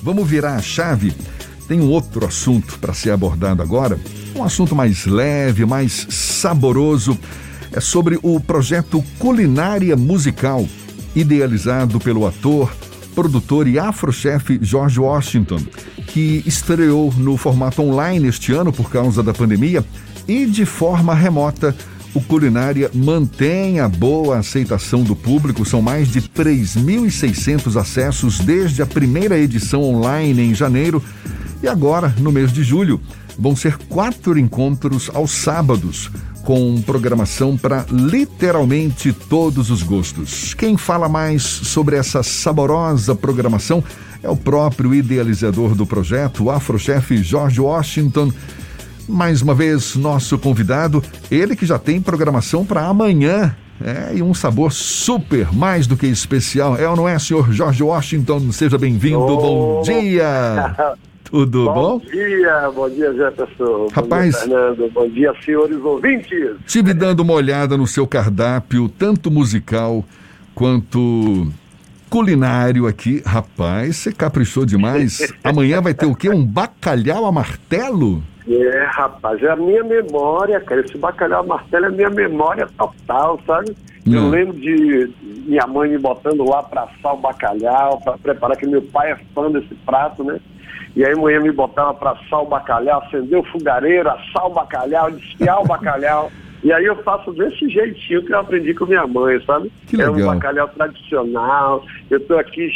vamos virar a chave. Tem um outro assunto para ser abordado agora, um assunto mais leve, mais saboroso. É sobre o projeto Culinária Musical, idealizado pelo ator, produtor e afrochef George Washington, que estreou no formato online este ano por causa da pandemia e de forma remota. O Culinária mantém a boa aceitação do público, são mais de 3.600 acessos desde a primeira edição online em janeiro e agora, no mês de julho, vão ser 4 encontros aos sábados, com programação para literalmente todos os gostos. Quem fala mais sobre essa saborosa programação é o próprio idealizador do projeto, o afrochef George Washington. Mais uma vez, nosso convidado, ele que já tem programação para amanhã, e um sabor super, mais do que especial. É ou não é, senhor George Washington? Seja bem-vindo, bom dia! Tudo bom? Bom dia, Jefferson. Rapaz, bom dia, Fernando. Bom dia, senhores ouvintes. Estive dando uma olhada no seu cardápio, tanto musical quanto culinário aqui. Rapaz, você caprichou demais. Amanhã vai ter o quê? Um bacalhau a martelo? Rapaz, é a minha memória, cara. Esse bacalhau a martelo é a minha memória total, sabe? Eu lembro de minha mãe me botando lá para assar o bacalhau, para preparar, que meu pai é fã desse prato, né? E aí a mulher me botava para assar o bacalhau, acender o fogareiro, assar o bacalhau, desfiar o bacalhau. E aí eu faço desse jeitinho que eu aprendi com minha mãe, sabe? Que legal. É um bacalhau tradicional. Eu tô aqui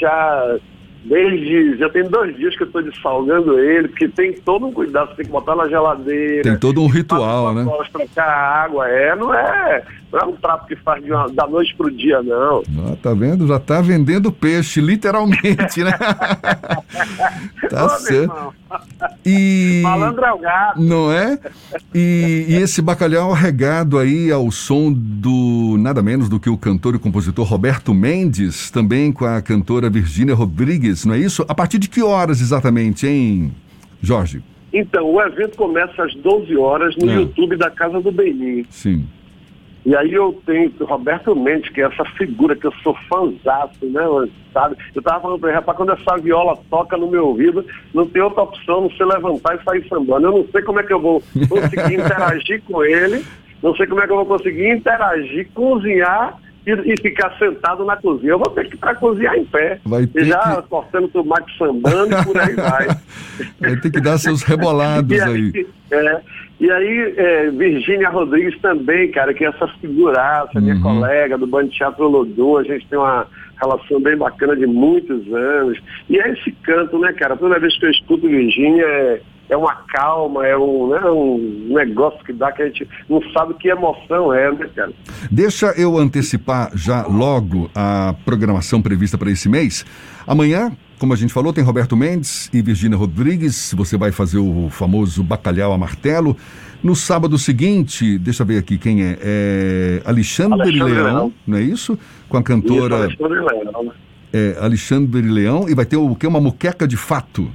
já tem 2 dias que eu estou dessalgando ele, porque tem todo um cuidado, você tem que botar na geladeira. Tem todo um ritual, né? Trocar a água, não é um prato que faz da noite pro dia, não. Tá vendo? Já tá vendendo peixe, literalmente, né? Tá certo. E... malandro é o gato. Não é? E esse bacalhau regado aí ao som do nada menos do que o cantor e compositor Roberto Mendes, também com a cantora Virgínia Rodrigues, não é isso? A partir de que horas exatamente, hein, Jorge? Então, o evento começa às 12 horas no YouTube da Casa do Benin. Sim. E aí eu tenho o Roberto Mendes, que é essa figura que eu sou fãzaço, né, sabe? Eu tava falando pra ele, rapaz, quando essa viola toca no meu ouvido, não tem outra opção, não sei levantar e sair sambando. Eu não sei como é que eu vou conseguir interagir com ele, não sei como é que eu vou conseguir interagir, cozinhar e ficar sentado na cozinha. Eu vou ter que ir para cozinhar em pé. Cortando tomate, sambando e por aí vai. Vai ter que dar seus rebolados aí. E aí, Virgínia Rodrigues também, cara, que é essa figuraça, minha colega do Bando Teatro Lodô, a gente tem uma relação bem bacana de muitos anos. E é esse canto, né, cara? Toda vez que eu escuto Virgínia, é uma calma, é um negócio que dá que a gente não sabe que emoção é, né, cara? Deixa eu antecipar já logo a programação prevista para esse mês. Amanhã, como a gente falou, tem Roberto Mendes e Virgínia Rodrigues. Você vai fazer o famoso bacalhau a martelo. No sábado seguinte, deixa eu ver aqui quem é Alexandre Leão, não é isso? Com a cantora... Isso, Alexandre Leão. Alexandre Leão, e vai ter o quê? Uma muqueca de fato.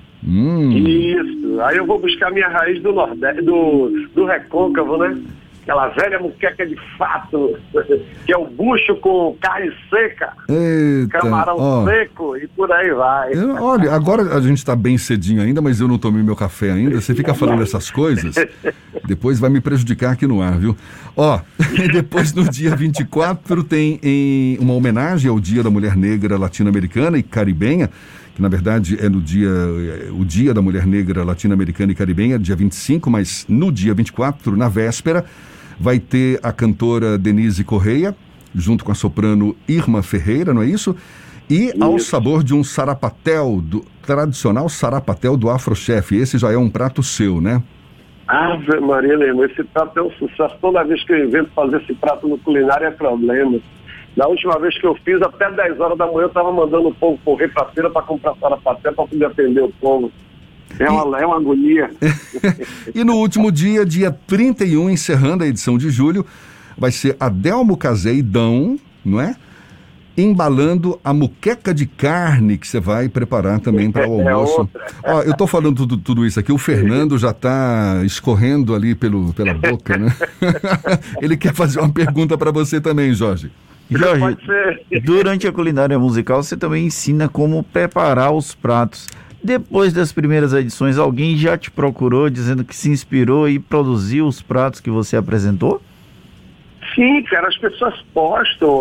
Isso. Aí eu vou buscar minha raiz do Nordeste, do Recôncavo, né? Aquela velha muqueca de fato, que é o bucho com carne seca, camarão seco e por aí vai. Olha, agora a gente está bem cedinho ainda, mas eu não tomei meu café ainda. Você fica falando essas coisas, depois vai me prejudicar aqui no ar, viu? Depois no dia 24 tem uma homenagem ao Dia da Mulher Negra Latino-Americana e Caribenha, que na verdade é o Dia da Mulher Negra Latino-Americana e Caribenha, dia 25, mas no dia 24, na véspera, vai ter a cantora Denise Correia, junto com a soprano Irma Ferreira, não é isso? E ao sabor de um sarapatel, do tradicional sarapatel do afrochef. Esse já é um prato seu, né? Ave Maria, meu irmão, esse prato é um sucesso. Toda vez que eu invento fazer esse prato no culinário é problema. Da última vez que eu fiz, até 10 horas da manhã, eu estava mandando o povo correr para a feira para comprar sarapatel para poder atender o povo. É uma agonia. E no último dia 31, encerrando a edição de julho, vai ser Adelmo Caseidão, não é? Embalando a muqueca de carne que você vai preparar também para o almoço. Eu estou falando tudo isso aqui, o Fernando já está escorrendo ali pela boca, né? Ele quer fazer uma pergunta para você também, Jorge. Jorge, durante a culinária musical você também ensina como preparar os pratos. Depois das primeiras edições, alguém já te procurou dizendo que se inspirou e produziu os pratos que você apresentou? Sim, cara, as pessoas postam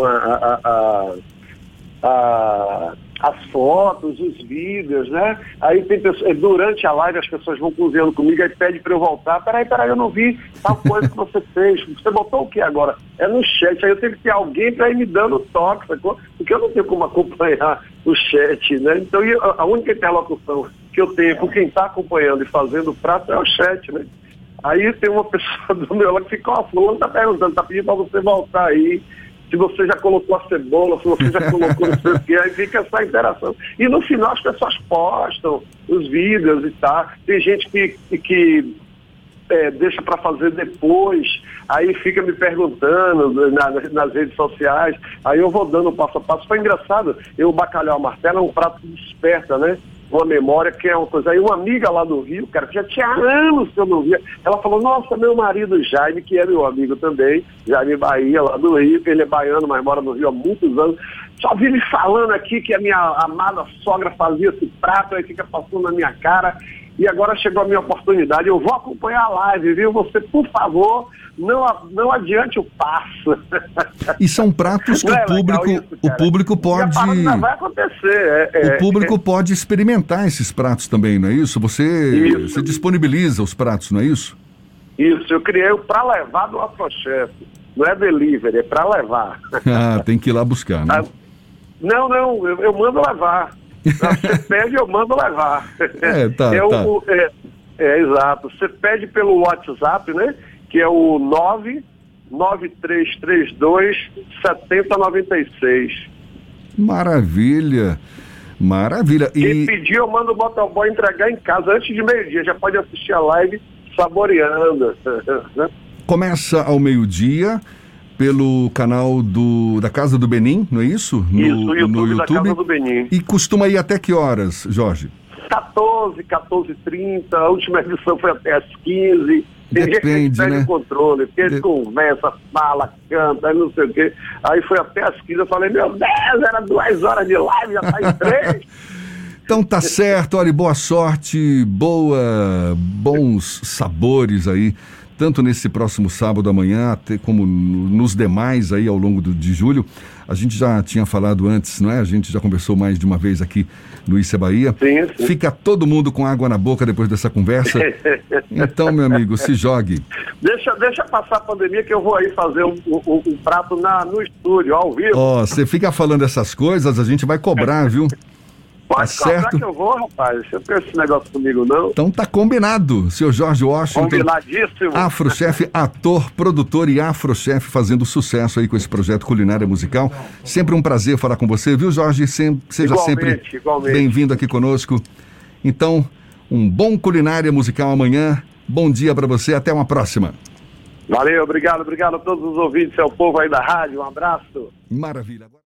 as fotos, os vídeos, né? Aí tem pessoas, durante a live as pessoas vão cozinhando comigo e pedem para eu voltar. Peraí, eu não vi tal coisa que você fez. Você botou o que agora? É no chat. Aí eu tenho que ter alguém para ir me dando toque, sacou? Porque eu não tenho como acompanhar o chat, né? Então a única interlocução que eu tenho com quem está acompanhando e fazendo o prato é o chat, né? Aí tem uma pessoa do meu lado que fica, fulano tá perguntando, tá pedindo para você voltar aí, se você já colocou a cebola, se você já colocou não sei o quê, aí fica essa interação. E no final as pessoas postam os vídeos e tal. Tem gente que deixa para fazer depois, aí fica me perguntando nas redes sociais, aí eu vou dando passo a passo. Foi engraçado, o bacalhau à martela é um prato que desperta, né? Uma memória que é uma coisa. Aí uma amiga lá do Rio, cara, que já tinha anos que eu não via, ela falou, nossa, meu marido Jaime, que é meu amigo também, Jaime Bahia, lá do Rio, que ele é baiano, mas mora no Rio há muitos anos, só vi ele falando aqui que a minha amada sogra fazia esse prato, aí fica passando na minha cara, e agora chegou a minha oportunidade, eu vou acompanhar a live, viu? Você, por favor, não adiante o passo. E são pratos que o público pode... Não vai acontecer. O público pode experimentar esses pratos também, não é isso? Você disponibiliza os pratos, não é isso? Isso, eu criei o Pra Levar do Afrochef. Não é delivery, é pra levar. Ah, tem que ir lá buscar, né? Não, eu mando levar. Você pede, eu mando levar. Exato. Você pede pelo WhatsApp, né? Que é o 99332 7096. Maravilha. Quem pedir, eu mando o motoboy entregar em casa antes de meio-dia. Já pode assistir a live saboreando. Começa ao meio-dia pelo canal da Casa do Benim, não é isso? No YouTube da Casa do Benim. E costuma ir até que horas, Jorge? 14h30, a última edição foi até às 15h. Tem gente que perde o controle, porque ele conversa, fala, canta, não sei o quê. Aí foi até às 15h, eu falei, meu Deus, era 2 horas de live, já tá em 3. Então tá certo, olha, boa sorte, bons sabores aí, tanto nesse próximo sábado amanhã, até como nos demais aí ao longo de julho. A gente já tinha falado antes, não é? A gente já conversou mais de uma vez aqui no Issa Bahia. Sim. Fica todo mundo com água na boca depois dessa conversa. Então, meu amigo, se jogue. Deixa passar a pandemia que eu vou aí fazer um prato no estúdio, ao vivo. Você fica falando essas coisas, a gente vai cobrar, viu? Pode cobrar que eu vou, rapaz. Você não tem esse negócio comigo, não? Então tá combinado. Seu Jorge Washington. Combinadíssimo. Afrochef, ator, produtor e Afrochef, fazendo sucesso aí com esse projeto Culinária Musical. Sempre um prazer falar com você, viu, Jorge? Seja sempre bem-vindo aqui conosco. Então, um bom Culinária Musical amanhã. Bom dia pra você. Até uma próxima. Valeu, obrigado a todos os ouvintes, ao povo aí da rádio. Um abraço. Maravilha.